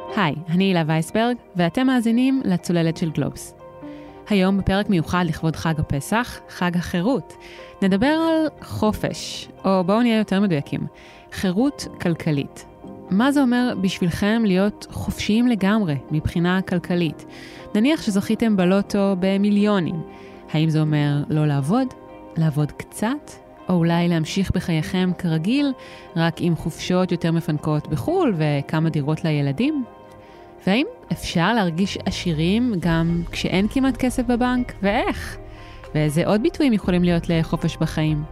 היי, אני הילה וייסברג, ואתם מאזינים לצוללת של גלובס. היום בפרק מיוחד לכבוד חג הפסח, חג החירות, נדבר על חופש, או בואו נהיה יותר מדויקים, חירות כלכלית. מה זה אומר בשבילכם להיות חופשיים לגמרי מבחינה כלכלית? נניח שזכיתם בלוטו במיליונים. האם זה אומר לא לעבוד? לעבוד קצת? או אולי להמשיך בחייכם כרגיל, רק עם חופשות יותר מפנקות בחול וכמה דירות לילדים? והאם אפשר להרגיש עשירים גם כשאין כמעט כסף בבנק? ואיך? ואיזה עוד ביטויים יכולים להיות לחופש בחיים?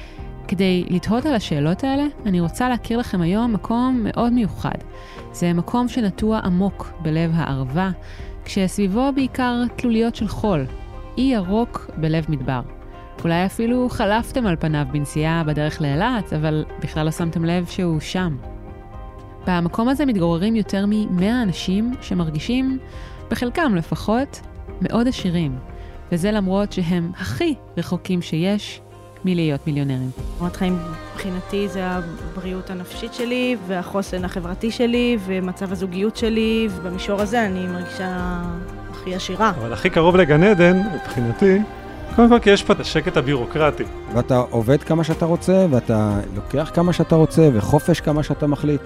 כדי לתהות על השאלות האלה, אני רוצה להכיר לכם היום מקום מאוד מיוחד. זה מקום שנטוע עמוק בלב הערבה, כשסביבו בעיקר תלוליות של חול. אי ירוק בלב מדבר. אולי אפילו חלפתם על פניו בנסיעה בדרך לאילת, אבל בכלל לא שמתם לב שהוא שם. במקום הזה מתגוררים יותר מ-100 אנשים שמרגישים, בחלקם לפחות, מאוד עשירים. וזה למרות שהם הכי רחוקים שיש מלהיות מיליונרים. רמת חיים מבחינתי זה הבריאות הנפשית שלי והחוסן החברתי שלי ומצב הזוגיות שלי, ובמישור הזה אני מרגישה הכי עשירה. אבל הכי קרוב לגן עדן, מבחינתי, קודם כל כי יש פה את השקט הבירוקרטי. ואתה עובד כמה שאתה רוצה, ואתה לוקח כמה שאתה רוצה, וחופש כמה שאתה מחליט.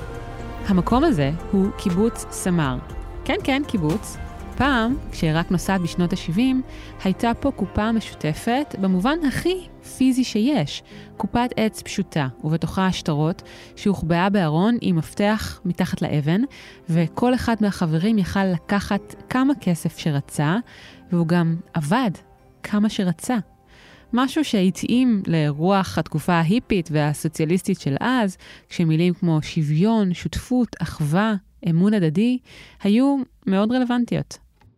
המקום הזה הוא קיבוץ סמר. כן, כן, קיבוץ. פעם, כשרק נוסד בשנות ה-70, הייתה פה קופה משותפת במובן הכי פיזי שיש. קופת עץ פשוטה, ובתוכה שטרות שהוחבאה בארון עם מפתח מתחת לאבן, וכל אחד מהחברים יכל לקחת כמה כסף שרצה, והוא גם עבד כמה שרצה. משהו שהתאים לרוח התקופה ההיפית והסוציאליסטית של אז, כשמילים כמו שוויון, שותפות, אחווה, אמון הדדי, היו מאוד רלוונטיות.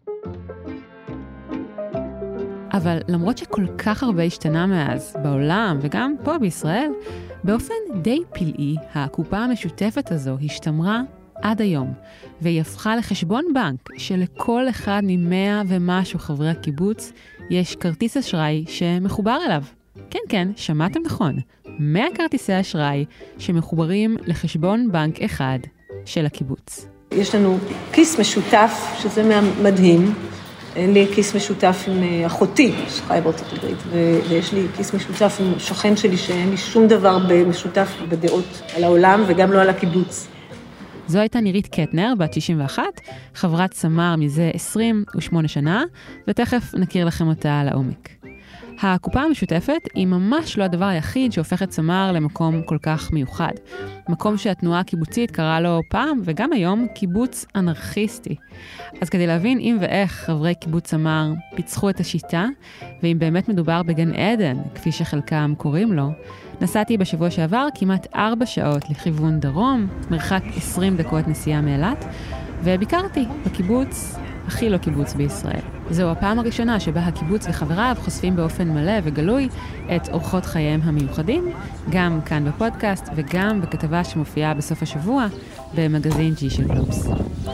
אבל למרות שכל כך הרבה השתנה מאז בעולם וגם פה בישראל, באופן די פלאי, הקופה המשותפת הזו השתמרה עד היום, והיא הפכה לחשבון בנק שלכל אחד מ100 ומשהו חברי הקיבוץ יש כרטיס אשראי שמחובר אליו. כן, כן, שמעתם נכון. 100 כרטיסי אשראי שמחוברים לחשבון בנק אחד של הקיבוץ. יש לנו כיס משותף, שזה מדהים. אין לי כיס משותף עם אחותי, שחי בארצות הברית, ויש לי כיס משותף עם שכן שלי, שאין לי שום דבר משותף בדעות על העולם וגם לא על הקיבוץ. זו הייתה נירית קטנר, בת 61, חברת סמר מזה 28 שנה, ותכף נכיר לכם אותה לעומק. הקופה המשותפת היא ממש לא הדבר היחיד שהופך את סמר למקום כל כך מיוחד. מקום שהתנועה הקיבוצית קראה לו פעם וגם היום קיבוץ אנרכיסטי. אז כדי להבין אם ואיך חברי קיבוץ סמר פיצחו את השיטה, ואם באמת מדובר בגן עדן, כפי שחלקם קוראים לו, נסעתי בשבוע שעבר כמעט 4 שעות לכיוון דרום, מרחק 20 דקות נסיעה מאילת, וביקרתי בקיבוץ הכי לא קיבוץ בישראל. זו הפעם הראשונה שבה הקיבוץ וחבריו חושפים באופן מלא וגלוי את אורחות חייהם המיוחדים, גם כאן בפודקאסט וגם בכתבה שמופיעה בסוף השבוע במגזין G של גלובס.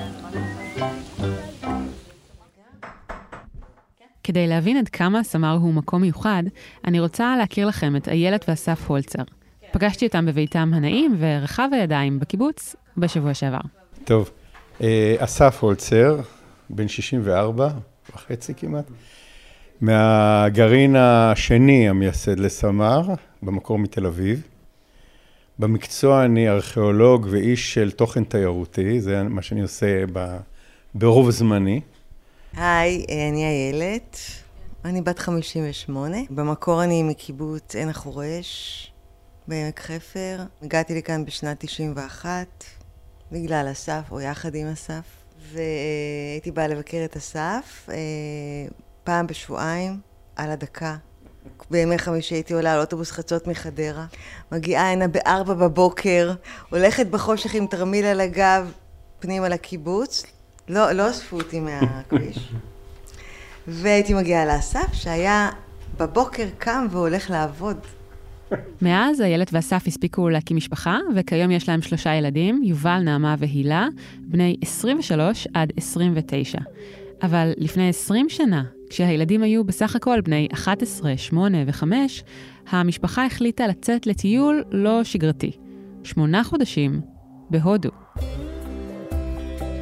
כדי להבין עד כמה סמר הוא מקום מיוחד, אני רוצה להכיר לכם את איילת ואסף הולצר. פגשתי אותם בביתם הנעים ורחב הידיים בקיבוץ בשבוע שעבר. טוב, אסף הולצר, בן 64 וחצי כמעט, מהגרעין השני המייסד לסמר, במקור מתל אביב. במקצוע אני ארכיאולוג ואיש של תוכן תיירותי, זה מה שאני עושה ברוב זמני. היי, אני איילת, אני בת 58. במקור אני מקיבוץ עין החורש, בעמק חפר. הגעתי לכאן בשנת 91, בגלל אסף או יחד עם אסף. והייתי באה לבקר את אסף פעם בשבועיים על הדקה. בימי חמישי הייתי עולה על אוטובוס חצות מחדרה, מגיעה הנה ב4 בבוקר, הולכת בחושך עם תרמיל על הגב, פנים על הקיבוץ, לא אספו אותי מהכביש. והייתי מגיעה לאסף שהיה בבוקר קם והולך לעבוד. מאז איילת ואסף הספיקו להקים משפחה, וכיום יש להם 3 ילדים, יובל, נעמה והילה, בני 23 עד 29. אבל לפני 20 שנה, כשהילדים היו בסך הכל בני 11, 8 ו5, המשפחה החליטה לצאת לטיול לא שגרתי. 8 חודשים בהודו.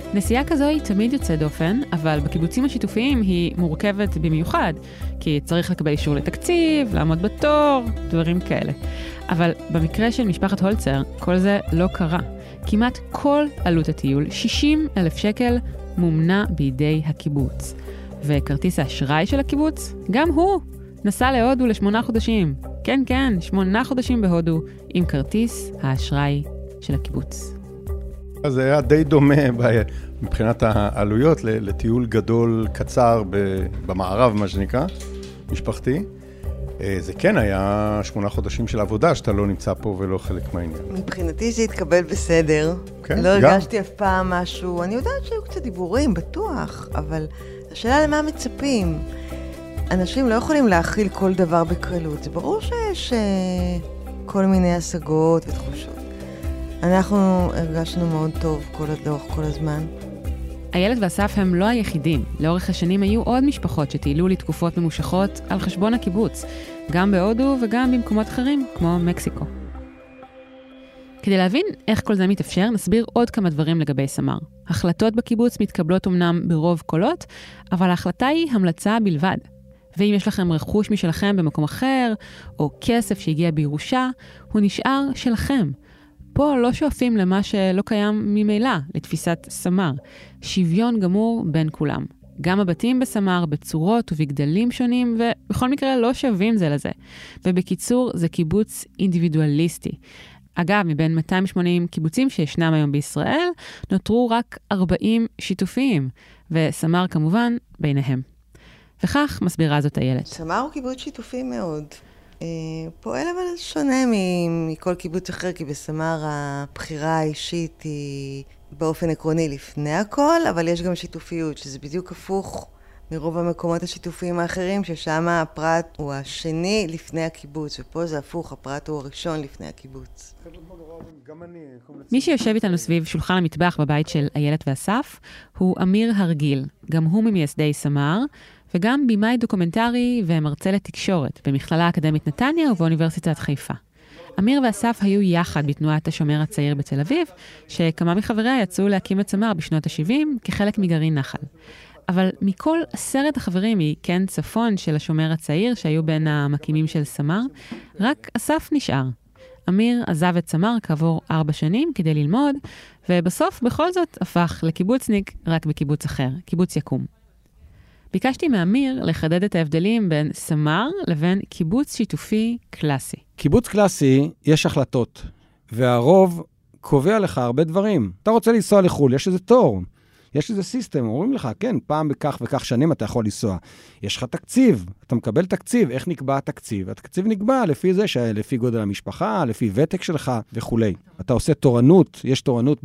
נסיעה כזו היא תמיד יוצא דופן, אבל בקיבוצים השיתופיים היא מורכבת במיוחד, כי צריך לקבל אישור לתקציב, לעמוד בתור, דברים כאלה. אבל במקרה של משפחת הולצר, כל זה לא קרה. כמעט כל עלות הטיול, 60,000 שקל, מומנה בידי הקיבוץ. וכרטיס האשראי של הקיבוץ, גם הוא נסע להודו ל8 חודשים. כן, כן, 8 חודשים בהודו, עם כרטיס האשראי של הקיבוץ. אז זה היה די דומה מבחינת העלויות לטיול גדול קצר במערב, מה שנקרא, משפחתי. זה כן היה 8 חודשים של עבודה, שאתה לא נמצא פה ולא חלק מהעניין. מבחינתי זה התקבל בסדר. כן, לא הרגשתי אף פעם משהו. אני יודעת שהיו קצת דיבורים, בטוח, אבל השאלה למה מצפים. אנשים לא יכולים להכיל כל דבר בקלות. זה ברור שיש כל מיני השגות ותחושות. אנחנו הרגשנו מאוד טוב כל הזמן. איילת ואסף הם לא היחידים. לאורך השנים היו עוד משפחות שטיילו לתקופות ממושכות על חשבון הקיבוץ, גם בהודו וגם במקומות אחרים, כמו מקסיקו. כדי להבין איך כל זה מתאפשר, נסביר עוד כמה דברים לגבי סמר. החלטות בקיבוץ מתקבלות אמנם ברוב קולות, אבל ההחלטה היא המלצה בלבד. ואם יש לכם רכוש משלכם במקום אחר, או כסף שהגיע בירושה, הוא נשאר שלכם. פה לא שואפים למה שלא קיים ממילא, לתפיסת סמר. שוויון גמור בין כולם. גם הבתים בסמר בצורות ובגדלים שונים, ובכל מקרה לא שווים זה לזה. ובקיצור, זה קיבוץ אינדיבידואליסטי. אגב, מבין 280 קיבוצים שישנם היום בישראל, נותרו רק 40 שיתופיים, וסמר כמובן ביניהם. וכך מסבירה זאת איילת. סמר הוא קיבוץ שיתופי מאוד. פועל אבל שונה מכל קיבוץ אחר, כי בסמר הבחירה האישית היא באופן עקרוני לפני הכל, אבל יש גם שיתופיות, שזה בדיוק הפוך מרוב המקומות השיתופיים האחרים, ששם הפרט הוא השני לפני הקיבוץ, ופה זה הפוך, הפרט הוא הראשון לפני הקיבוץ. מי שיושב איתנו סביב שולחן המטבח בבית של איילת ואסף, הוא אמיר הרגיל, גם הוא ממייסדי סמר, וגם בימאי דוקומנטרי ומרצה לתקשורת במכללה האקדמית נתניה ובאוניברסיטת חיפה. אמיר ואסף היו יחד בתנועת השומר הצעיר בתל אביב, שכמה מחבריה יצאו להקים את סמר בשנות ה-70 כחלק מגרעין נחל. אבל מכל 10 החברים מכן צפון של השומר הצעיר, שהיו בין המקימים של סמר, רק אסף נשאר. אמיר עזב את סמר כעבור 4 שנים כדי ללמוד, ובסוף בכל זאת הפך לקיבוצניק רק בקיבוץ אחר, קיבוץ יקום. ביקשתי מאמיר לחדד את ההבדלים בין סמר לבין קיבוץ שיתופי קלאסי. קיבוץ קלאסי, יש החלטות, והרוב קובע לך הרבה דברים. אתה רוצה לנסוע לחול, יש איזה תור, יש איזה סיסטם, אומרים לך, כן, פעם בכך וכך שנים אתה יכול לנסוע. יש לך תקציב, אתה מקבל תקציב, איך נקבע התקציב? התקציב נקבע לפי זה, לפי גודל המשפחה, לפי ותק שלך וכו'. אתה עושה תורנות, יש תורנות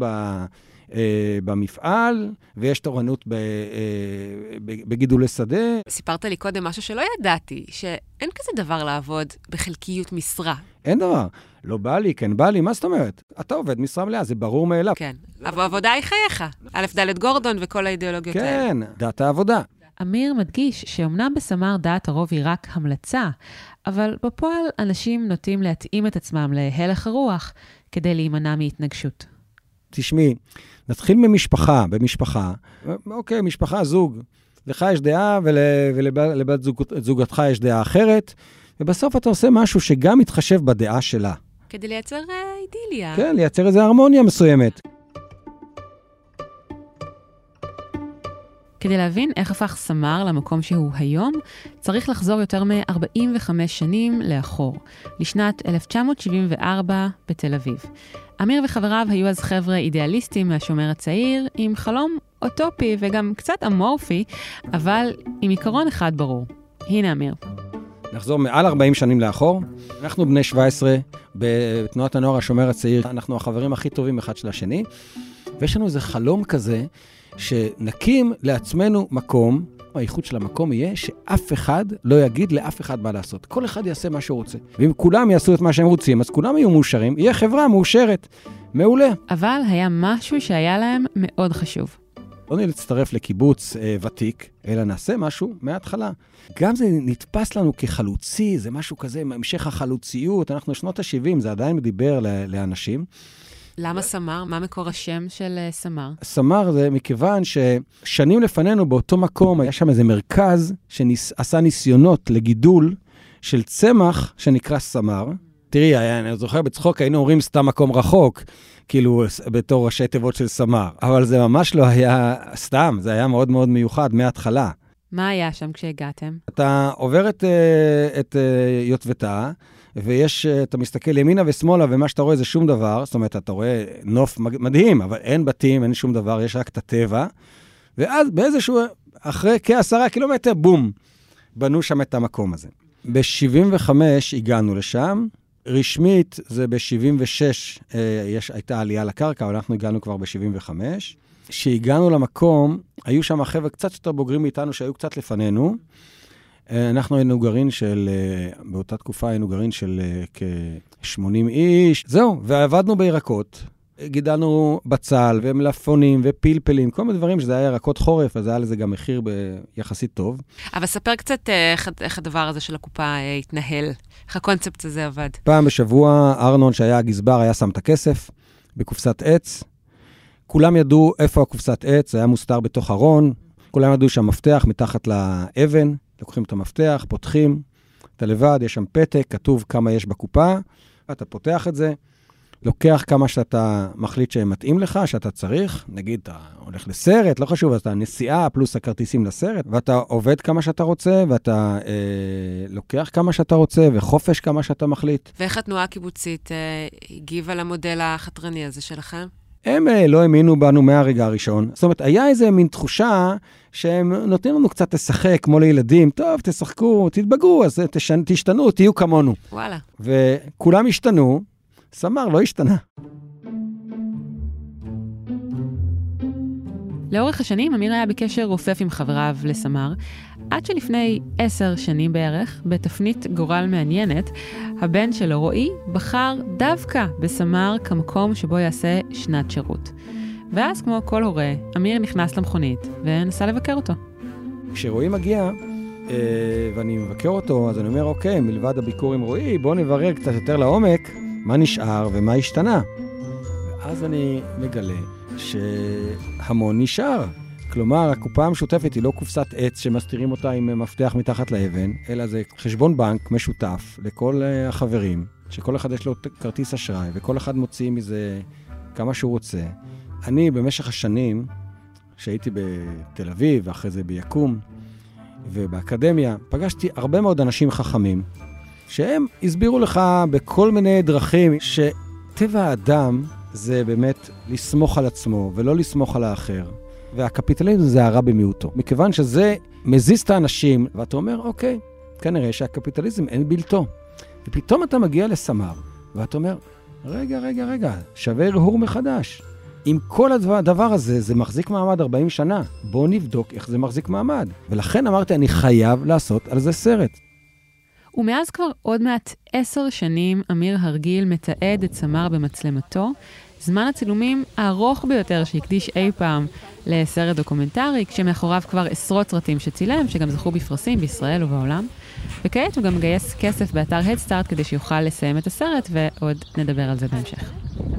במפעל, ויש תורנות בגידולי שדה. סיפרת לי קודם משהו שלא ידעתי, שאין כזה דבר לעבוד בחלקיות משרה. אין דבר. לא בא לי, כן בא לי, מה זאת אומרת? אתה עובד משרה מלאה, זה ברור מאליו. כן, אבל העבודה היא חייך. א' ד' גורדון וכל האידיאולוגיות האלה. כן, דעת העבודה. אמיר מדגיש שאומנם בסמר דעת הרוב היא רק המלצה, אבל בפועל אנשים נוטים להתאים את עצמם להלך הרוח כדי להימנע מהתנגשות. תשמעי, נתחיל במשפחה. אוקיי, משפחה, זוג. לך יש דעה ולבת זוגתך יש דעה אחרת, ובסוף אתה עושה משהו שגם מתחשב בדעה שלה. כדי לייצר אידיליה. כן, לייצר איזו הרמוניה מסוימת. כדי להבין איך הפך סמר למקום שהוא היום, צריך לחזור יותר מ-45 שנים לאחור, לשנת 1974 בתל אביב. אמיר וחבריו היו אז חבר'ה אידיאליסטים מהשומר הצעיר, עם חלום אוטופי וגם קצת אמורפי, אבל עם עיקרון אחד ברור. הנה אמיר. נחזור מעל 40 שנים לאחור. אנחנו בני 17 בתנועת הנוער השומר הצעיר. אנחנו החברים הכי טובים אחד של השני. ויש לנו איזה חלום כזה, שנקים לעצמנו מקום, האיחוד של המקום יהיה שאף אחד לא יגיד לאף אחד מה לעשות. כל אחד יעשה מה שהוא רוצה. ואם כולם יעשו את מה שהם רוצים, אז כולם יהיו מאושרים, יהיה חברה מאושרת. מעולה. אבל היה משהו שהיה להם מאוד חשוב. לא נצטרף לקיבוץ ותיק, אלא נעשה משהו מההתחלה. גם זה נתפס לנו כחלוצי, זה משהו כזה, המשך החלוציות, אנחנו שנות ה-70, זה עדיין מדיבר לאנשים. למה סמר? מה מקור השם של סמר? סמר זה מכיוון ששנים לפנינו באותו מקום, היה שם איזה מרכז שעשה ניסיונות לגידול של צמח שנקרא סמר. תראי, אני זוכר בצחוק, היינו אומרים סתם מקום רחוק, כאילו בתור ראשי תיבות של סמר, אבל זה ממש לא היה סתם, זה היה מאוד מאוד מיוחד מההתחלה. מה היה שם כשהגעתם? אתה עובר את יוטבתה, אתה מסתכל ימינה ושמאלה, ומה שאתה רואה זה שום דבר, זאת אומרת, אתה רואה נוף מדהים, אבל אין בתים, אין שום דבר, יש רק את הטבע, ואז באיזשהו, אחרי כ10 קילומטר, בום, בנו שם את המקום הזה. ב-75 הגענו לשם, רשמית זה ב-76 הייתה עלייה לקרקע, אבל אנחנו הגענו כבר ב-75. כשהגענו למקום, היו שם חבר'ה קצת יותר בוגרים מאיתנו שהיו קצת לפנינו. אנחנו היינו גרעין של, באותה תקופה היינו גרעין של כ-80 איש. זהו, ועבדנו בירקות. גידלנו בצל ומלפונים ופלפלים, כל מיני דברים שזה היה ירקות חורף, אז היה לזה גם מחיר יחסית טוב. אבל ספר קצת איך הדבר הזה של הקופה התנהל, איך הקונספט הזה עבד. פעם בשבוע ארנון שהיה הגזבר היה שם את הכסף בקופסת עץ, כולם ידעו איפה הקופסת עץ, היה מוסתר בתוך ארון, כולם ידעו שהמפתח מתחת לאבן, לוקחים את המפתח, פותחים, אתה לבד, יש שם פתק, כתוב כמה יש בקופה, אתה פותח את זה, לוקח כמה שאתה מחליט שהם מתאים לך, שאתה צריך, נגיד, אתה הולך לסרט, לא חשוב, אז אתה נסיעה פלוס הכרטיסים לסרט, ואתה עובד כמה שאתה רוצה, ואתה לוקח כמה שאתה רוצה, וחופש כמה שאתה מחליט. ואיך התנועה הקיבוצית הגיבה למודל החתרני הזה שלכם? הם לא האמינו בנו מהרגע הראשון. זאת אומרת, היה איזה מין תחושה שהם נותנים לנו קצת לשחק, כמו לילדים, טוב, תשחקו, תתבגרו, אז תשתנו, תהיו כמונו. וואלה. וכולם השתנו, סמר לא השתנה. לאורך השנים, אמיר היה בקשר רופף עם חבריו לסמר, עד שלפני 10 שנים בערך, בתפנית גורל מעניינת, הבן שלו, רועי, בחר דווקא בסמר כמקום שבו יעשה שנת שירות. ואז, כמו כל הורה, אמיר נכנס למכונית ונסע לבקר אותו. כשרועי מגיע, ואני מבקר אותו, אז אני אומר, אוקיי, מלבד הביקור עם רועי, בואו נברר קצת יותר לעומק מה נשאר ומה השתנה. ואז אני מגלה שהמון נשאר. כלומר, הקופה המשותפת היא לא קופסת עץ שמסתירים אותה עם מפתח מתחת לאבן, אלא זה חשבון בנק משותף לכל החברים, שכל אחד יש לו כרטיס אשראי, וכל אחד מוציא מזה כמה שהוא רוצה. אני במשך השנים, שהייתי בתל אביב, ואחרי זה ביקום, ובאקדמיה, פגשתי הרבה מאוד אנשים חכמים, שהם הסבירו לך בכל מיני דרכים, שטבע האדם זה באמת לסמוך על עצמו, ולא לסמוך על האחר. והקפיטליזם זה הרע במיעוטו. מכיוון שזה מזיז את האנשים, ואתה אומר, אוקיי, כנראה שהקפיטליזם אין בלתו. ופתאום אתה מגיע לסמר, ואתה אומר, רגע, שווה הרהור מחדש. עם כל הדבר הזה, זה מחזיק מעמד 40 שנה. בואו נבדוק איך זה מחזיק מעמד. ולכן אמרתי, אני חייב לעשות על זה סרט. ומאז כבר עוד מעט 10 שנים, אמיר הרגיל מתעד את סמר במצלמתו, זמן הצילומים הארוך ביותר שהקדיש אי פעם לסרט דוקומנטרי, כשמאחוריו כבר עשרות סרטים שצילם, שגם זכו בפרסים בישראל ובעולם. וכעת הוא גם מגייס כסף באתר הדסטארט כדי שיוכל לסיים את הסרט, ועוד נדבר על זה בהמשך.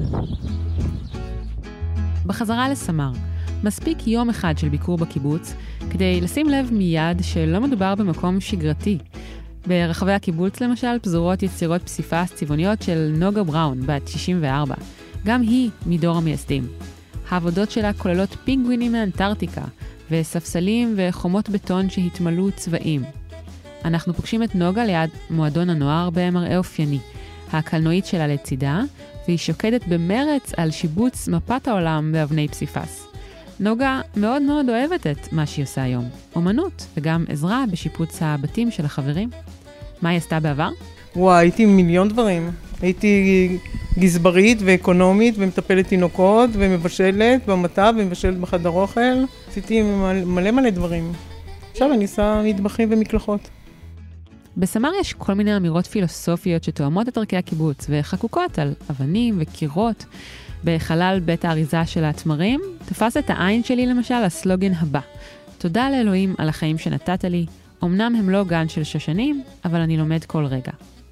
בחזרה לסמר, מספיק יום אחד של ביקור בקיבוץ, כדי לשים לב מיד שלא מדובר במקום שגרתי. ברחבי הקיבוץ למשל פזורות יצירות פסיפס צבעוניות של נוגה בראון, בת 64. גם היא מדור המייסדים. העבודות שלה כוללות פינגווינים מאנטארקטיקה, וספסלים וחומות בטון שהתמלאו צבעים. אנחנו פוגשים את נוגה ליד מועדון הנוער במראה אופייני. הקלנועית שלה לצידה, והיא שוקדת במרץ על שיבוץ מפת העולם באבני פסיפס. נוגה מאוד מאוד אוהבת את מה שהיא עושה היום. אומנות, וגם עזרה בשיפוץ הבתים של החברים. מה היא עשתה בעבר? וואי, הייתי מיליון דברים. הייתי גזברית ואקונומית ומטפלת תינוקות ומבשלת במטע ומבשלת בחדר אוכל. עשיתי מלא דברים. עכשיו אני עושה מטבחים ומקלחות. בסמר יש כל מיני אמירות פילוסופיות שתואמות את ערכי הקיבוץ וחקוקות על אבנים וקירות. בחלל בית האריזה של התמרים תפס את העין שלי למשל הסלוגן הבא: תודה לאלוהים על החיים שנתת לי, אמנם הם לא גן של שושנים, אבל אני לומד כל רגע.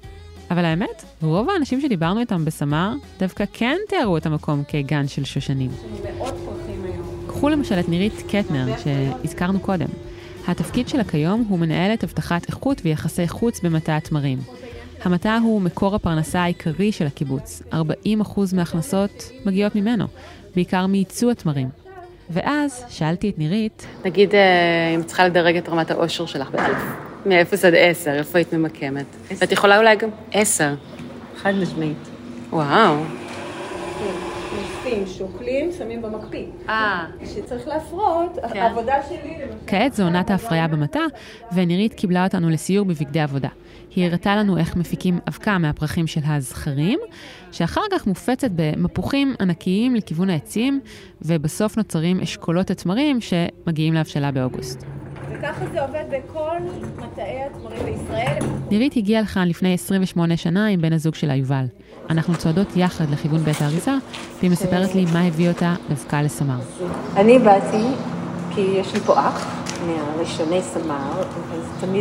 אבל האמת, רוב האנשים שדיברנו איתם בסמר, דווקא כן תיארו את המקום כגן של שושנים. קחו למשל את נירית קטנר, שהזכרנו קודם. התפקיד שלה כיום הוא מנהלת הבטחת איכות ויחסי חוץ במטע התמרים. המטע הוא מקור הפרנסה העיקרי של הקיבוץ. 40% מההכנסות מגיעות ממנו, בעיקר מייצוא התמרים. ואז שאלתי את נירית, נגיד, אם צריכה לדרג את רמת האושר שלך באלף, מ-0 עד 10, איפה היית ממקמת? ואת יכולה אולי גם 10. חד משמעית. וואו. נוספים, שוקלים, שמים במקפיא. שצריך להפרות, העבודה שלי... כעת זו עונת ההפריה במטע, ונירית קיבלה אותנו לסיור בבגדי עבודה. היא הראתה לנו איך מפיקים אבקה מהפרחים של הזכרים, שאחר כך מופצת במפוחים ענקיים לכיוון העצים, ובסוף נוצרים אשכולות התמרים שמגיעים להבשלה באוגוסט. וככה זה עובד בכל מטעי התמרים בישראל. נירית הגיעה לכאן לפני 28 שנה עם בן הזוג שלה יובל. אנחנו צועדות יחד לכיוון בית האריזה, והיא מספרת לי מה הביא אותה דווקא לסמר. אני באתי כי יש לי פה אח מהראשוני סמר, אז תמיד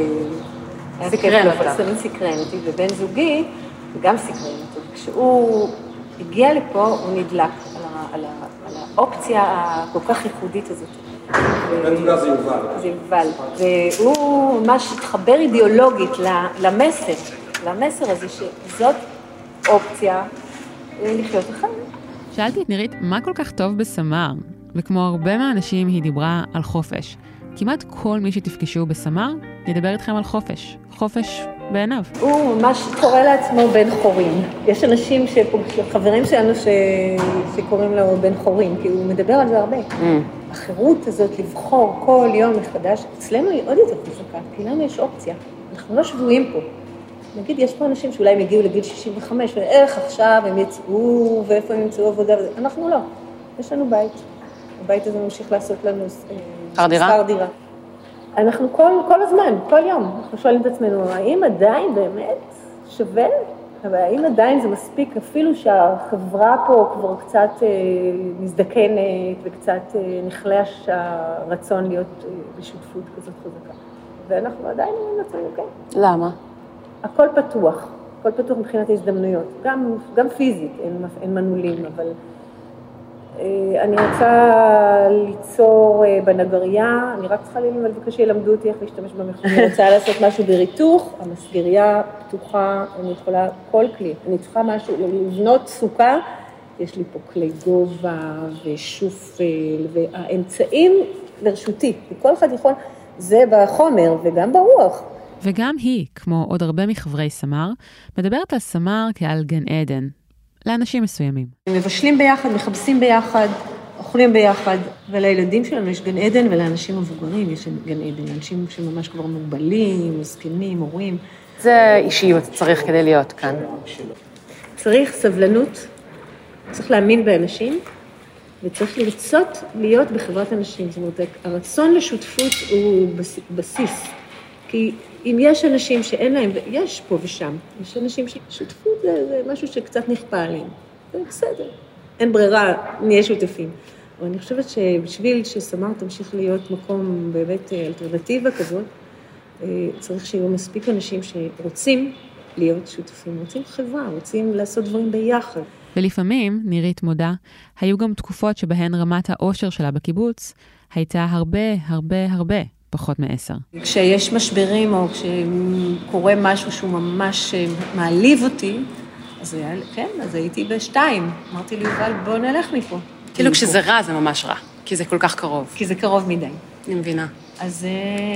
סקרן אותי, ובן זוגי גם סקרן אותי. כשהוא הגיע לפה, הוא נדלק על האופציה הכל כך ייחודית הזאת. בן זוגה זה יובל. זה יובל. והוא ממש התחבר אידיאולוגית למסר הזה שזאת אופציה לחיות לך. שאלתי את נירית מה כל כך טוב בסמר, וכמו הרבה מהאנשים היא דיברה על חופש. כמעט כל מי שתפגשו בסמר ידבר איתכם על חופש. חופש בעיניו. הוא ממש קורא לעצמו בן חורים. יש אנשים חברים שלנו שקוראים לו בן חורים, כי הוא מדבר על זה הרבה. החירות הזאת לבחור כל יום מחדש, אצלנו היא עוד יותר חזקה, כי לנו יש אופציה. אנחנו לא שבועים פה. נגיד, יש פה אנשים שאולי הם הגיעו לגיל 65, ואיך עכשיו הם יצאו, ואיפה הם ימצאו עבודה, אנחנו לא. יש לנו בית. הבית הזה ממשיך לעשות לנו שכר דירה. אנחנו כל הזמן, כל יום, אנחנו שואלים את עצמנו, האם עדיין באמת שווה? אבל האם עדיין זה מספיק, אפילו שהחברה פה כבר קצת מזדקנת וקצת נחלש הרצון להיות בשותפות כזאת חזקה. ואנחנו עדיין אומרים לעצמנו, כן. למה? הכל פתוח מבחינת ההזדמנויות, גם פיזית, אין מנעולים, אבל אני רוצה ליצור בנגריה, אני רק צריכה לבקש שילמדו אותי איך להשתמש במחשב, אני רוצה לעשות משהו בריתוך, המסגריה פתוחה, אני יכולה כל כלי, אני צריכה משהו, לבנות סוכה, יש לי פה כלי גובה ושופל, והאמצעים לרשותי, וכל אחד יכול, זה בחומר וגם ברוח. וגם היא, כמו עוד הרבה מחברי סמר, מדברת על סמר כעל גן עדן, לאנשים מסוימים. מבשלים ביחד, מחפשים ביחד, אוכלים ביחד, ולילדים שלנו יש גן עדן, ולאנשים מבוגרים יש גן עדן, אנשים שממש כבר מוגבלים, זקנים, הורים. זה אישיות צריך כדי להיות כאן. צריך סבלנות, צריך להאמין באנשים, וצריך לרצות להיות בחברת אנשים. זאת אומרת, הרצון לשותפות הוא בסיס. כי אם יש אנשים שאין להם, יש פה ושם, יש אנשים ששותפות זה משהו שקצת נכפה עליהם. זה בסדר. אין ברירה, נהיה שותפים. אבל אני חושבת שבשביל שסמר תמשיך להיות מקום באמת אלטרנטיבה כזאת, צריך שיהיו מספיק אנשים שרוצים להיות שותפים, רוצים חברה, רוצים לעשות דברים ביחד. ולפעמים, נירית מודה, היו גם תקופות שבהן רמת האושר שלה בקיבוץ הייתה הרבה פחות מ10. כשיש משברים או כשקורה משהו שהוא ממש מעליב אותי, אז כן, אז הייתי ב2. אמרתי לי, יובל, בוא נלך מפה. כאילו כשזה רע זה ממש רע, כי זה כל כך קרוב. כי זה קרוב מדי. אני מבינה. אז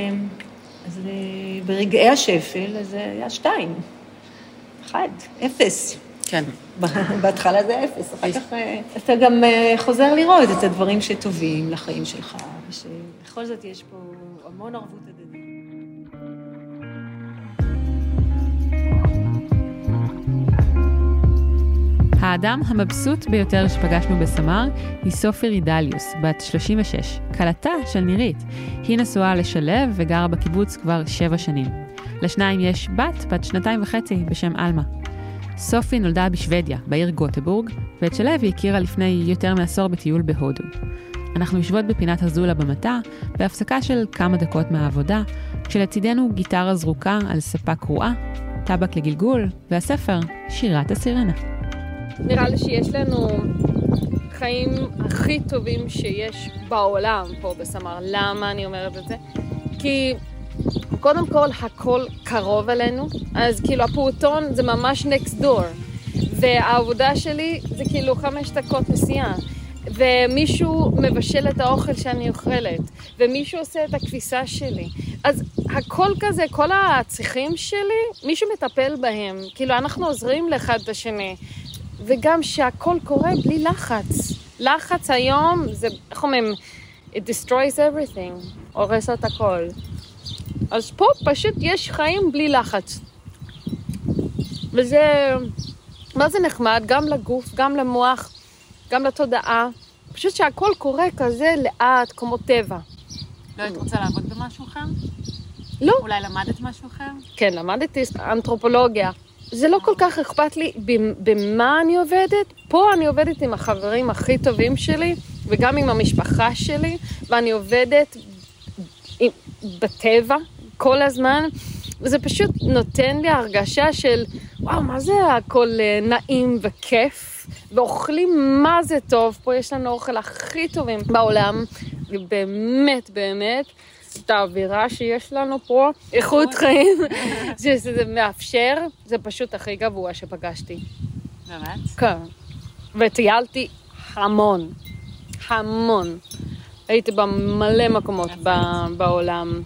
ברגעי השפל, אז היה 2. 1, 0. כן. בהתחלה זה 0. אחר כך אתה גם חוזר לראות את הדברים שטובים לחיים שלך, ושבכל זאת יש פה המון ערבות הדדית. האדם המבסוט ביותר שפגשנו בסמר היא סופי רידליוס, בת 36, קלתה של נירית. היא נשואה לשלב וגרה בקיבוץ כבר 7 שנים. לשניים יש בת 2.5 בשם אלמה. סופי נולדה בשוודיה, בעיר גוטבורג, ואת שלב היא הכירה לפני יותר מעשור בטיול בהודו. אנחנו יושבות בפינת הזולה במטע, בהפסקה של כמה דקות מהעבודה, כשלצידנו גיטרה זרוקה על ספה קרועה, טבק לגלגול, והספר שירת הסירנה. נראה לי שיש לנו חיים הכי טובים שיש בעולם פה בסמר. למה אני אומרת את זה? כי קודם כל הכל קרוב אלינו, אז כאילו הפעוטון זה ממש next door, והעבודה שלי זה כאילו 5 דקות נסיעה, ומישהו מבשל את האוכל שאני אוכלת, ומישהו עושה את הכביסה שלי. אז הכל כזה, כל הצריכים שלי, מישהו מטפל בהם, כאילו אנחנו עוזרים לאחד את השני, וגם שהכל קורה בלי לחץ. לחץ היום זה, איך אומרים, it destroys everything, הורס את הכל. אז פה פשוט יש חיים בלי לחץ. וזה, מה זה נחמד? גם לגוף, גם למוח, גם לתודעה. פשוט שהכל קורה כזה לאט, כמו טבע. לא היית רוצה לעבוד במשהו אחר? לא. אולי למדת משהו אחר? כן, למדתי אנתרופולוגיה. זה לא כל כך אכפת לי במה אני עובדת. פה אני עובדת עם החברים הכי טובים שלי, וגם עם המשפחה שלי, ואני עובדת בטבע כל הזמן, וזה פשוט נותן לי הרגשה של, וואו, מה זה הכל נעים וכיף, ואוכלים מה זה טוב. פה יש לנו אוכל הכי טובים בעולם, באמת, באמת. את האווירה שיש לנו פה, איכות חיים, שזה מאפשר, זה פשוט הכי גבוה שפגשתי. באמת? כן. וטיילתי המון, המון. הייתי במלא מקומות בעולם.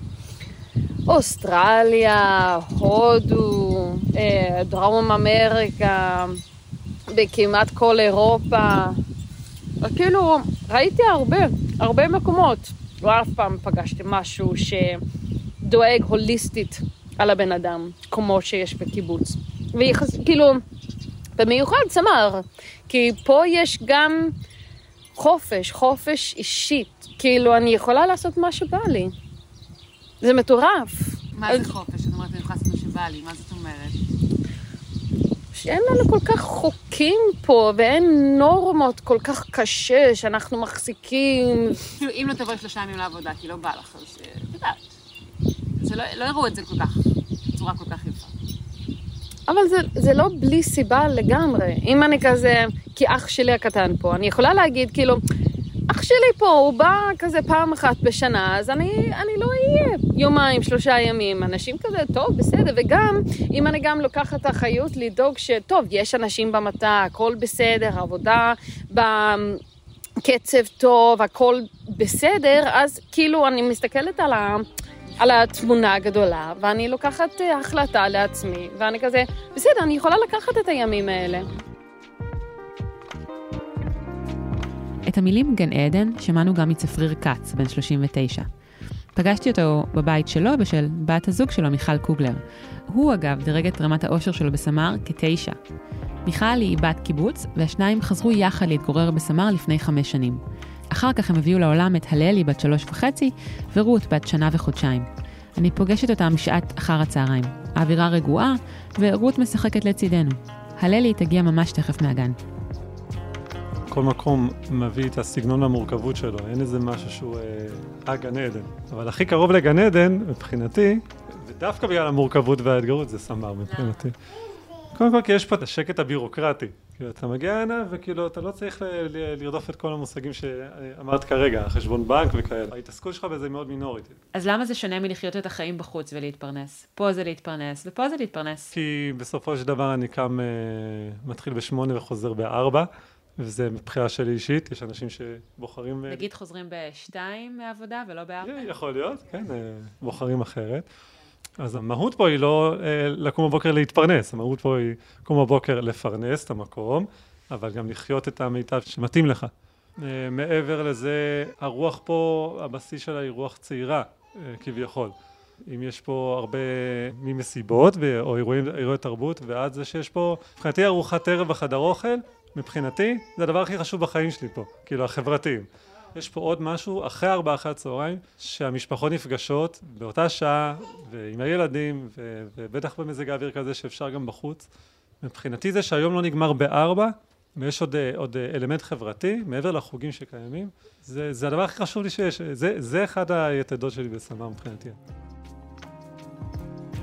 אוסטרליה, הודו, דרום אמריקה, בכמעט כל אירופה. כאילו, ראיתי הרבה מקומות. לא אף פעם פגשתי משהו שדואג הוליסטית על הבן אדם, כמו שיש בקיבוץ. וכאילו, במיוחד סמר, כי פה יש גם חופש אישית. כאילו, אני יכולה לעשות מה שבא לי. זה מטורף. מה זה חופש? את אומרת, אני יכולה לעשות מה שבא לי, מה זאת אומרת? שאין לנו כל כך חוקים פה, ואין נורמות כל כך קשה שאנחנו מחזיקים. כאילו, אם לא תבואי 3 ימים לעבודה, כי לא בא לך, אז תדעת. לא יראו את זה כל כך, בצורה כל כך יפה. אבל זה לא בלי סיבה לגמרי. אם אני כזה, כי אח שלי הקטן פה, אני יכולה להגיד, כאילו, אח שלי פה, הוא בא כזה פעם אחת בשנה, אז אני לא אהיה 2-3 ימים. אנשים כזה, טוב, בסדר. וגם, אם אני גם לוקחת את האחריות לדאוג שטוב, יש אנשים במטה, הכל בסדר, עבודה בקצב טוב, הכל בסדר, אז כאילו אני מסתכלת על התמונה הגדולה, ואני לוקחת החלטה לעצמי, ואני כזה, בסדר, אני יכולה לקחת את הימים האלה. את המילים גן עדן שמענו גם מצפריר קץ, בן 39. פגשתי אותו בבית שלו בשל בת הזוג שלו, מיכל קוגלר. הוא אגב דירג את רמת האושר שלו בסמר כ9. מיכל היא בת קיבוץ, והשניים חזרו יחד להתגורר בסמר לפני 5 שנים. אחר כך הם הביאו לעולם את הללי בת 3.5 ורות בת 1 וחודשיים. אני פוגשת אותם בשעת אחר הצהריים. האווירה רגועה, ורות משחקת לצידנו. הללי תגיע ממש תכף מהגן. כל מקום מביא את הסגנון והמורכבות שלו, אין איזה משהו שהוא גן עדן. אבל הכי קרוב לגן עדן, מבחינתי, ודווקא בגלל המורכבות והאתגרות, זה סמר מבחינתי. קודם כל, כי יש פה את השקט הבירוקרטי. כאילו, אתה מגיע הנה, וכאילו, אתה לא צריך לרדוף את כל המושגים שאמרת כרגע, חשבון בנק וכאלה. ההתעסקות שלך בזה מאוד מינורית. אז למה זה שונה מלחיות את החיים בחוץ ולהתפרנס? פה זה להתפרנס, ופה זה להתפרנס. כי בסופו של דבר אני קם, מתחיל ב8 וחוזר ב4, וזה מבחירה שלי אישית, יש אנשים שבוחרים... נגיד חוזרים ב2 מעבודה ולא ב4? יכול להיות, כן, בוחרים אחרת. אז המהות פה היא לא לקום בבוקר להתפרנס, המהות פה היא לקום בבוקר לפרנס את המקום, אבל גם לחיות את המיטב שמתאים לך. מעבר לזה, הרוח פה, הבסיס שלה היא רוח צעירה, כביכול. אם יש פה הרבה ממסיבות או אירועי תרבות, ועד זה שיש פה, מבחינתי ארוחת ערב בחדר אוכל, מבחינתי, זה הדבר הכי חשוב בחיים שלי פה, כאילו החברתיים. יש פה עוד משהו, אחרי 4 אחרי הצהריים, שהמשפחות נפגשות באותה שעה, ועם הילדים, ובטח במזג האוויר כזה שאפשר גם בחוץ. מבחינתי זה שהיום לא נגמר ב4, ויש עוד אלמנט חברתי, מעבר לחוגים שקיימים. זה הדבר הכי חשוב לי שיש, זה אחד היתדות שלי בסמר מבחינתי.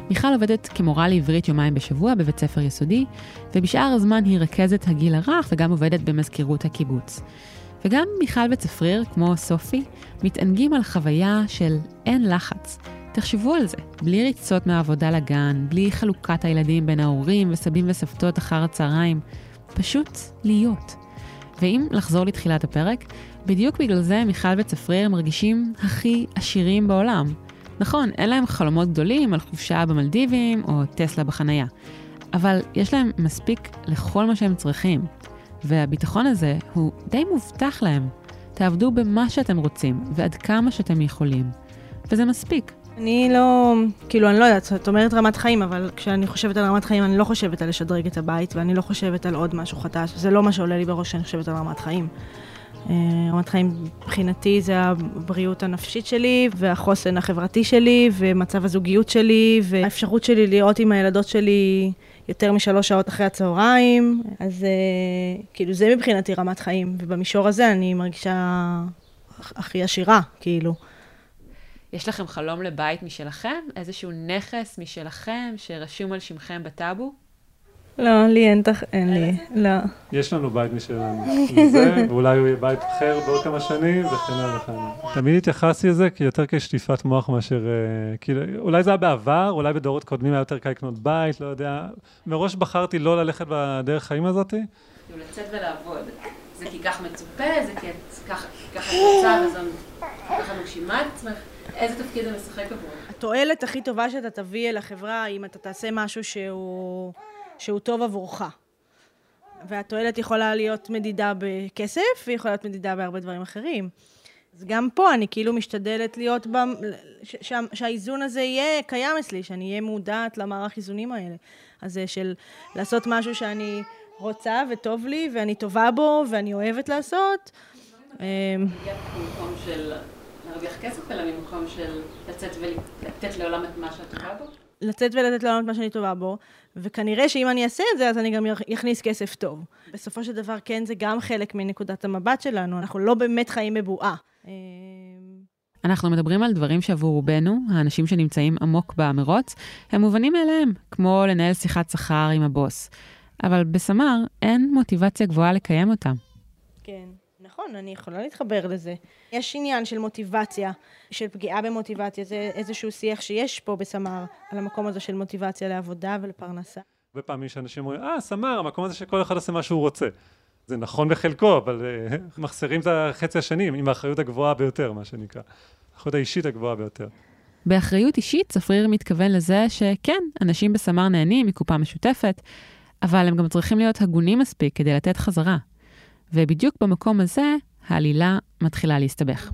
מיכל עובדת כמורה לעברית יומיים בשבוע בבית ספר יסודי, ובשאר הזמן היא רכזת הגיל הרך וגם עובדת במזכירות הקיבוץ. וגם מיכל וצפריר, כמו סופי, מתענגים על חוויה של אין לחץ. תחשבו על זה, בלי ריצות מהעבודה לגן, בלי חלוקת הילדים בין ההורים וסבים וסבתות אחר הצהריים, פשוט להיות. ואם לחזור לתחילת הפרק, בדיוק בגלל זה מיכל וצפריר מרגישים הכי עשירים בעולם. נכון, אין להם חלומות גדולים על חופשה במלדיבים או טסלה בחנייה, אבל יש להם מספיק לכל מה שהם צריכים. והביטחון הזה הוא די מובטח להם. תעבדו במה שאתם רוצים ועד כמה שאתם יכולים. וזה מספיק. אני לא, אני לא יודעת, את אומרת רמת חיים, אבל כשאני חושבת על רמת חיים, אני לא חושבת על לשדרג את הבית, ואני לא חושבת על עוד משהו חדש. זה לא מה שעולה לי בראש שאני חושבת על רמת חיים. רמת חיים מבחינתי זה הבריאות הנפשית שלי, והחוסן החברתי שלי, ומצב הזוגיות שלי, והאפשרות שלי להיות עם הילדות שלי יותר מ3 שעות אחרי הצהריים. אז זה מבחינתי רמת חיים, ובמישור הזה אני מרגישה הכי עשירה, יש לכם חלום לבית משלכם? איזשהו נכס משלכם שרשום על שמכם בטאבו? לא, לי אין לי, לא. יש לנו בית משלנו, ואולי הוא יהיה בית אחר בעוד כמה שנים, וכן הלאה. תמיד התייחסתי לזה יותר כשטיפת מוח מאשר, אולי זה היה בעבר, אולי בדורות קודמים היה יותר קל לקנות בית, לא יודע. מראש בחרתי לא ללכת בדרך חיים הזאת. לצאת ולעבוד. זה כי כך מצופה, זה כי ככה את רוצה, וככה מגשימה את עצמך. איזה תפקיד זה משחק עבור? התועלת הכי טובה שאתה תביא אל החברה, אם אתה תעשה משהו שהוא טוב עבורך. והתועלת יכולה להיות מדידה בכסף, ויכולה להיות מדידה בהרבה דברים אחרים. אז גם פה אני משתדלת להיות, שהאיזון הזה יהיה קיים אצלי, שאני אהיה מודעת למערך איזונים האלה. אז זה של לעשות משהו שאני רוצה וטוב לי, ואני טובה בו, ואני אוהבת לעשות. ממקום של להרוויח כסף, אלא ממקום של לצאת ולתת לעולם את מה שאת טובה בו? לצאת ולתת לעולם את מה שאני טובה בו, וכנראה שאם אני אעשה את זה, אז אני גם יכניס כסף טוב. בסופו של דבר, כן, זה גם חלק מנקודת המבט שלנו, אנחנו לא באמת חיים בבועה. אנחנו מדברים על דברים שעבור רובנו, האנשים שנמצאים עמוק במרוץ, הם מובנים מאליהם, כמו לנהל שיחת שכר עם הבוס. אבל בסמר אין מוטיבציה גבוהה לקיים אותם. כן. נכון, אני יכולה להתחבר לזה. יש עניין של מוטיבציה, של פגיעה במוטיבציה, זה איזשהו שיח שיש פה בסמר, על המקום הזה של מוטיבציה לעבודה ולפרנסה. הרבה פעמים שאנשים אומרים, סמר, המקום הזה שכל אחד עושה מה שהוא רוצה. זה נכון בחלקו, אבל מחסרים את החצי השני, עם האחריות הגבוהה ביותר, מה שנקרא. האחריות האישית הגבוהה ביותר. באחריות אישית, צפריר מתכוון לזה שכן, אנשים בסמר נהנים מקופה משותפת, אבל הם גם צריכים להיות הגונים מספיק כדי לתת חזרה. ובדיוק במקום הזה, העלילה מתחילה להסתבך.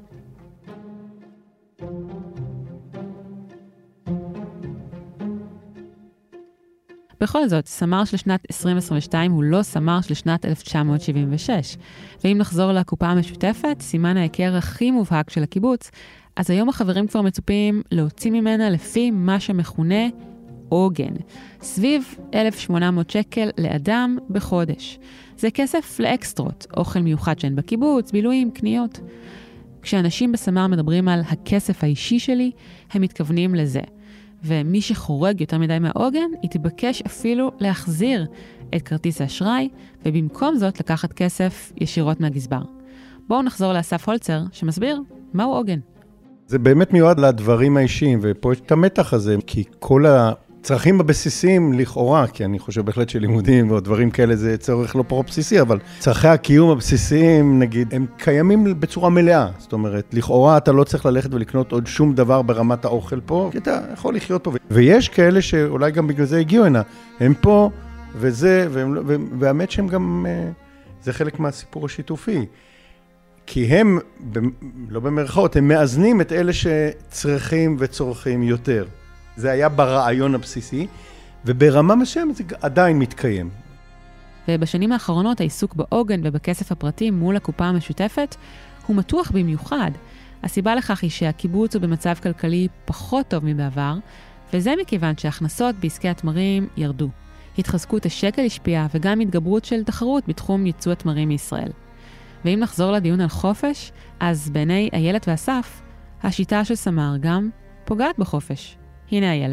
בכל זאת, סמר של שנת 2022 הוא לא סמר של שנת 1976. ואם נחזור לקופה המשותפת, סימן ההיכר הכי מובהק של הקיבוץ, אז היום החברים כבר מצופים להוציא ממנה לפי מה שמכונה עוגן. סביב 1,800 שקל לאדם בחודש. זה כסף לאקסטרות, אוכל מיוחד שאין בקיבוץ, בילויים, קניות. כשאנשים בסמר מדברים על הכסף האישי שלי, הם מתכוונים לזה. ומי שחורג יותר מדי מהעוגן, יתבקש אפילו להחזיר את כרטיס האשראי, ובמקום זאת לקחת כסף ישירות מהגזבר. בואו נחזור לאסף הולצר, שמסביר מהו עוגן. זה באמת מיועד לדברים האישיים, ופה יש את המתח הזה, כי כל הצרכים הבסיסיים לכאורה, כי אני חושב בהחלט שלימודים או דברים כאלה זה צורך לא פחות בסיסי, אבל צרכי הקיום הבסיסיים, נגיד, הם קיימים בצורה מלאה. זאת אומרת, לכאורה אתה לא צריך ללכת ולקנות עוד שום דבר ברמת האוכל פה, כי אתה יכול לחיות פה. ויש כאלה שאולי גם בגלל זה הגיעו הנה, הם פה וזה, והאמת שהם גם, זה חלק מהסיפור השיתופי. כי הם, לא במרכאות, הם מאזנים את אלה שצריכים וצורכים יותר. זה היה ברעיון הבסיסי, וברמה מסוימת זה עדיין מתקיים. ובשנים האחרונות העיסוק בעוגן ובכסף הפרטי מול הקופה המשותפת הוא מתוח במיוחד. הסיבה לכך היא שהקיבוץ הוא במצב כלכלי פחות טוב מבעבר, וזה מכיוון שההכנסות בעסקי התמרים ירדו. התחזקות השקל השפיעה וגם התגברות של תחרות בתחום ייצוא התמרים מישראל. ואם נחזור לדיון על חופש, אז בעיני איילת ואסף, השיטה של סמר גם פוגעת בחופש. הנה איילת.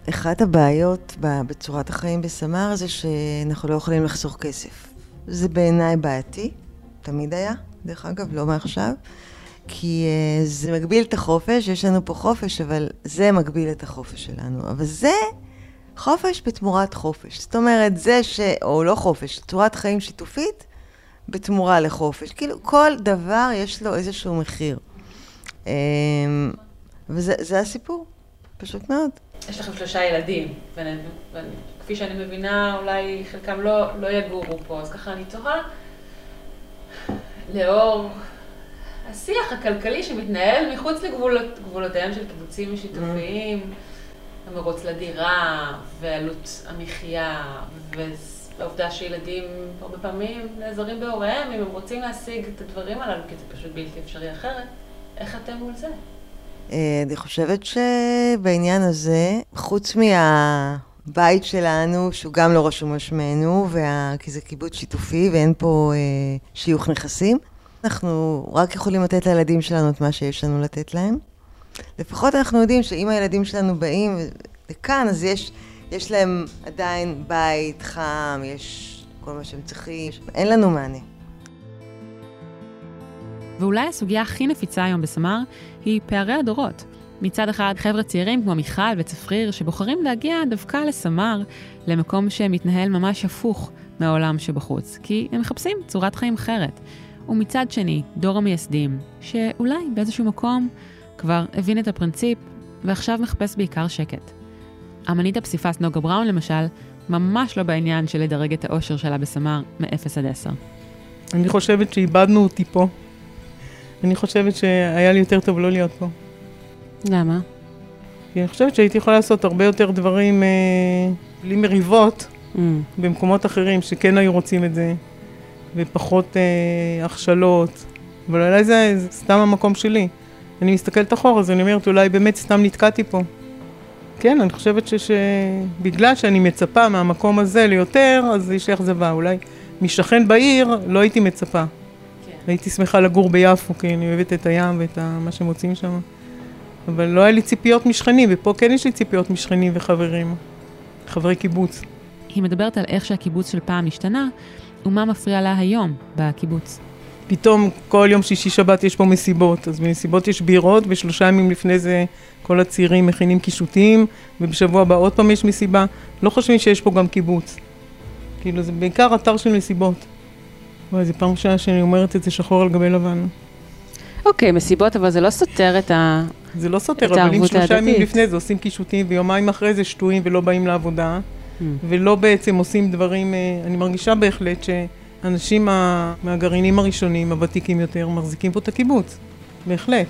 אחת הבעיות בצורת החיים בסמר זה שאנחנו לא יכולים לחסוך כסף. זה בעיניי בעייתי, תמיד היה, דרך אגב, לא מעכשיו, כי זה מגביל את החופש, יש לנו פה חופש, אבל זה מגביל את החופש שלנו. אבל זה חופש בתמורת חופש. זאת אומרת, או לא חופש, צורת חיים שיתופית בתמורה לחופש. כאילו, כל דבר יש לו איזשהו מחיר. וזה הסיפור, פשוט מאוד. יש לכם 3 ילדים, וכפי שאני מבינה, אולי חלקם לא יגורו פה, אז ככה אני תוהה, לאור השיח הכלכלי שמתנהל מחוץ לגבולותיהם של קיבוצים שיתופיים, המרוץ לדירה ועלות המחיה, והעובדה שילדים הרבה פעמים נעזרים בהוריהם, אם הם רוצים להשיג את הדברים הללו, כי זה פשוט בלתי אפשרי אחרת. איך אתם מול זה? אני חושבת שבעניין הזה, חוץ מהבית שלנו, שהוא גם לא רשום על שמנו, כי זה קיבוץ שיתופי ואין פה שיוך נכסים, אנחנו רק יכולים לתת לילדים שלנו את מה שיש לנו לתת להם. לפחות אנחנו יודעים שאם הילדים שלנו באים לכאן, אז יש להם עדיין בית חם, יש כל מה שהם צריכים, אין לנו מענה. ואולי הסוגיה הכי נפיצה היום בסמר היא פערי הדורות. מצד אחד, חבר'ה צעירים כמו מיכל וצפריר שבוחרים להגיע דווקא לסמר, למקום שמתנהל ממש הפוך מהעולם שבחוץ, כי הם מחפשים צורת חיים אחרת. ומצד שני, דור המייסדים, שאולי באיזשהו מקום כבר הבין את הפרינציפ ועכשיו מחפש בעיקר שקט. אמנית הפסיפס נוגה בראון למשל, ממש לא בעניין של לדרג את האושר שלה בסמר מ-0 עד 10. אני חושבת שאיבדנו אותי פה. אני חושבת שהיה לי יותר טוב לא להיות פה. למה? כי אני חושבת שהייתי יכולה לעשות הרבה יותר דברים בלי מריבות במקומות אחרים שכן היו רוצים את זה, ופחות הכשלות. אבל אולי זה סתם המקום שלי. אני מסתכלת אחורה, אז אני אומרת, אולי באמת סתם נתקעתי פה. כן, אני חושבת שבגלל שאני מצפה מהמקום הזה ליותר, אז יש לי אכזבה. אולי משכן בעיר לא הייתי מצפה. הייתי שמחה לגור ביפו, כי אני אוהבת את הים ואת מה שמוצאים שם. אבל לא היה לי ציפיות משכנים, ופה כן יש לי ציפיות משכנים וחברים. חברי קיבוץ. היא מדברת על איך שהקיבוץ של פעם השתנה, ומה מפריע לה היום בקיבוץ. פתאום כל יום שישי שבת יש פה מסיבות, אז במסיבות יש בירות, ו3 ימים לפני זה כל הצעירים מכינים קישוטים, ובשבוע הבא עוד פעם יש מסיבה. לא חושבים שיש פה גם קיבוץ. כאילו זה בעיקר אתר של מסיבות. וואי, זה פעם ראשונה שאני אומרת את זה שחור על גבי לבן. אוקיי, מסיבות, אבל זה לא סותר את זה לא סותר, אבל אם 3 ימים לפני זה עושים קישוטים, ויומיים אחרי זה שטויים ולא באים לעבודה, ולא בעצם עושים דברים, אני מרגישה בהחלט שאנשים מהגרעינים הראשונים, הוותיקים יותר, מחזיקים פה את הקיבוץ. בהחלט.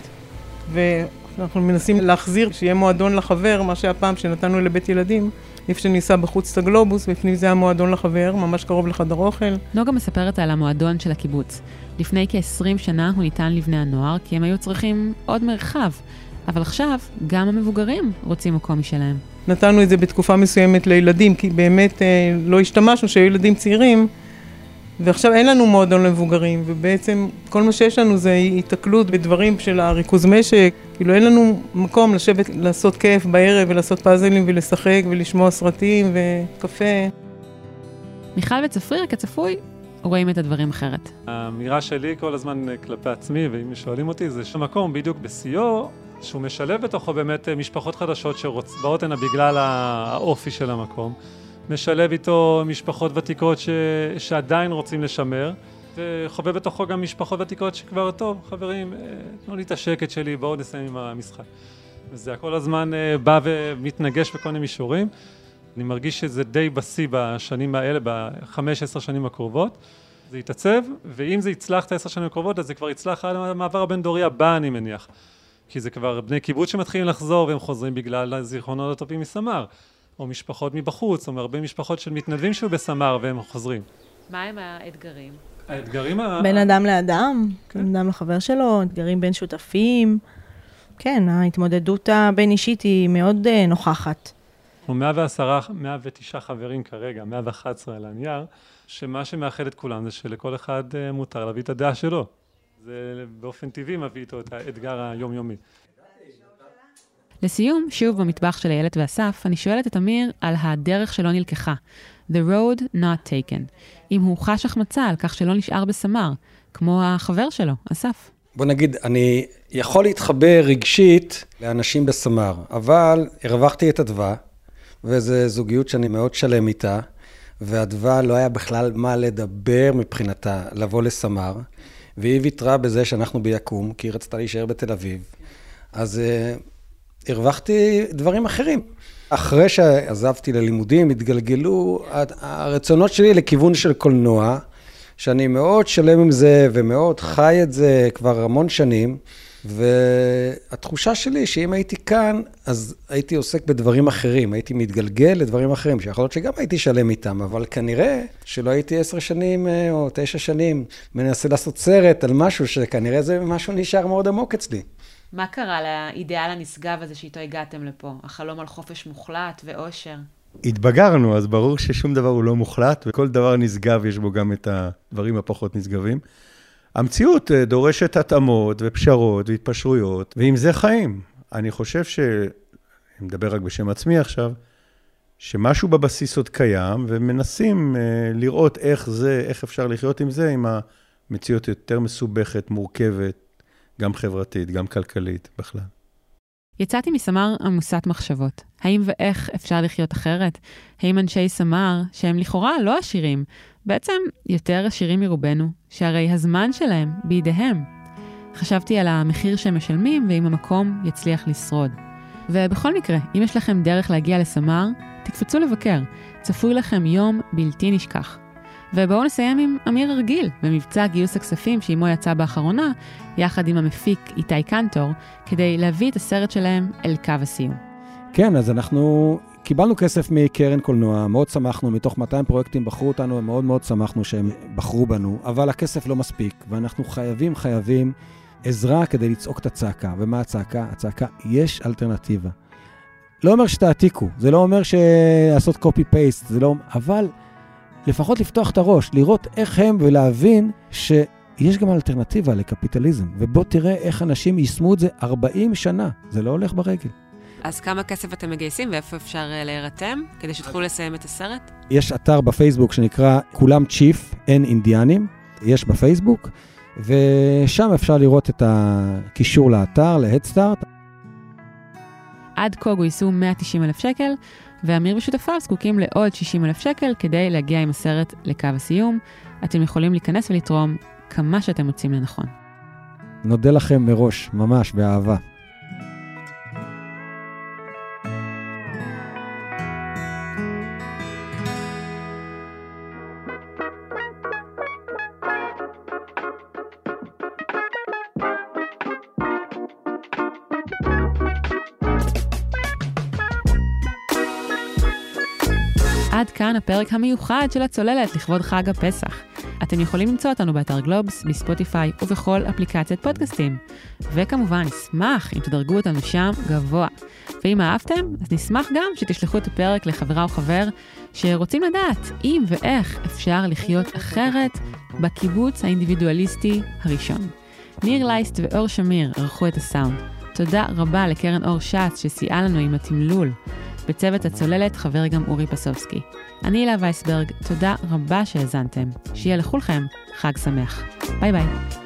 ואנחנו מנסים להחזיר, שיהיה מועדון לחבר, מה שהפעם שנתנו לבית ילדים, איפה שניסה בחוץ את הגלובוס, בפנים זה היה מועדון לחבר, ממש קרוב לחדר אוכל. נוגה מספרת על המועדון של הקיבוץ. לפני כ-20 שנה הוא ניתן לבני הנוער, כי הם היו צריכים עוד מרחב. אבל עכשיו, גם המבוגרים רוצים מקום משלהם. נתנו את זה בתקופה מסוימת לילדים, כי באמת לא השתמשנו שהיו ילדים צעירים, ועכשיו אין לנו מועדון למבוגרים, ובעצם כל מה שיש לנו זה התקלות בדברים של הריכוז משק, כאילו אין לנו מקום לשבת, לעשות כיף בערב ולעשות פאזלים ולשחק ולשמוע סרטים וקפה. מיכל וצפריר כצפוי רואים את הדברים אחרת. האמירה שלי כל הזמן כלפי עצמי, ואם שואלים אותי, זה שמקום בדיוק בסיור, שהוא משלב בתוכו באמת משפחות חדשות שבאות הנה בגלל האופי של המקום. משלב איתו משפחות ותיקות שעדיין רוצים לשמר, וחווה בתוכו גם משפחות ותיקות שכבר טוב, חברים, תנו לי את השקט שלי, בואו נסיים עם המשחק. וזה כל הזמן בא ומתנגש בכל מיני מישורים. אני מרגיש שזה די בשיא בשנים האלה, ב-5-10 שנים הקרובות. זה יתעצב, ואם זה יצלח את 10 שנים הקרובות, אז זה כבר יצלח על המעבר הבין-דורי הבא, אני מניח. כי זה כבר בני קיבוץ שמתחילים לחזור, והם חוזרים בגלל הזיכרונות הטובים מסמר. או משפחות מבחוץ, או מהרבה משפחות של מתנדבים שהוא בסמר, והם חוזרים. מה הם האתגרים? האתגרים בין אדם לאדם, בין אדם לחבר שלו, אתגרים בין שותפים. כן, ההתמודדות הבין אישית היא מאוד נוכחת. אנחנו 109 חברים כרגע, 111 על הנייר, שמה שמאחד את כולם זה שלכל אחד מותר להביא את הדעה שלו. זה באופן טבעי מביא איתו את האתגר היומיומי. לסיום, שוב במטבח של איילת ואסף, אני שואלת את אמיר על הדרך שלא נלקחה. The road not taken. אם הוא חש החמצה על כך שלא נשאר בסמר, כמו החבר שלו, אסף. בוא נגיד, אני יכול להתחבר רגשית לאנשים בסמר, אבל הרווחתי את הדווה, וזו זוגיות שאני מאוד שלם איתה, והדווה לא היה בכלל מה לדבר מבחינתה, לבוא לסמר, והיא ויתרה בזה שאנחנו ביקום, כי היא רצתה להישאר בתל אביב. אז הרווחתי דברים אחרים. אחרי שעזבתי ללימודים, התגלגלו הרצונות שלי לכיוון של קולנוע, שאני מאוד שלם עם זה ומאוד חי את זה כבר המון שנים, והתחושה שלי שאם הייתי כאן, אז הייתי עוסק בדברים אחרים, הייתי מתגלגל לדברים אחרים, שיכול להיות שגם הייתי שלם איתם, אבל כנראה שלא הייתי 10 שנים או 9 שנים מנסה לעשות סרט על משהו שכנראה זה משהו נשאר מאוד עמוק אצלי. מה קרה לאידאל הנשגב הזה שאיתו הגעתם לפה? החלום על חופש מוחלט ואושר? התבגרנו, אז ברור ששום דבר הוא לא מוחלט, וכל דבר נשגב יש בו גם את הדברים הפחות נשגבים. המציאות דורשת התאמות ופשרות והתפשרויות, ועם זה חיים. אני חושב אני מדבר רק בשם עצמי עכשיו, שמשהו בבסיס עוד קיים, ומנסים לראות איך אפשר לחיות עם זה, עם המציאות יותר מסובכת, מורכבת, גם חברתית, גם כלכלית בכלל. יצאתי מסמר עמוסת מחשבות. האם ואיך אפשר לחיות אחרת? האם אנשי סמר, שהם לכאורה לא עשירים, בעצם יותר עשירים מרובנו, שהרי הזמן שלהם בידיהם. חשבתי על המחיר שהם משלמים, ואם המקום יצליח לשרוד. ובכל מקרה, אם יש לכם דרך להגיע לסמר, תקפצו לבקר. צפוי לכם יום בלתי נשכח. ובואו נסיים עם אמיר הרגיל, במבצע גיוס הכספים שעמו יצא באחרונה, יחד עם המפיק איתי קנטור, כדי להביא את הסרט שלהם אל קו הסיום. כן, אז אנחנו קיבלנו כסף מקרן קולנוע, מאוד שמחנו, מתוך 200 פרויקטים בחרו אותנו, מאוד מאוד שמחנו שהם בחרו בנו, אבל הכסף לא מספיק, ואנחנו חייבים עזרה כדי לצעוק את הצעקה. ומה הצעקה? הצעקה, יש אלטרנטיבה. לא אומר שתעתיקו, זה לא אומר לעשות copy-paste, זה לא, אבל לפחות לפתוח את הראש, לראות איך הם ולהבין שיש גם אלטרנטיבה לקפיטליזם, ובוא תראה איך אנשים יישמו את זה 40 שנה, זה לא הולך ברגל. אז כמה כסף אתם מגייסים ואיפה אפשר להירתם כדי שתוכלו לסיים את הסרט? יש אתר בפייסבוק שנקרא כולם צ'יף, אין אינדיאנים, יש בפייסבוק, ושם אפשר לראות את הקישור לאתר, להדסטארט. עד כה גויסו 190,000 שקל, ואמיר ושותפיו זקוקים לעוד 60,000 שקל כדי להגיע עם הסרט לקו הסיום. אתם יכולים להיכנס ולתרום כמה שאתם מוצאים לנכון. נודה לכם מראש, ממש, באהבה. עד כאן הפרק המיוחד של הצוללת לכבוד חג הפסח. אתם יכולים למצוא אותנו באתר גלובס, בספוטיפיי ובכל אפליקציית פודקאסטים. וכמובן, נשמח אם תדרגו אותנו שם גבוה. ואם אהבתם, אז נשמח גם שתשלחו את הפרק לחברה או חבר שרוצים לדעת אם ואיך אפשר לחיות אחרת בקיבוץ האינדיבידואליסטי הראשון. ניר לייסט ואור שמיר ערכו את הסאונד. תודה רבה לקרן אור שץ שסייעה לנו עם התמלול. בצוות הצוללת חבר גם אורי פסובסקי. אני הילה וייסברג, תודה רבה שהאזנתם. שיהיה לכולכם חג שמח. ביי ביי.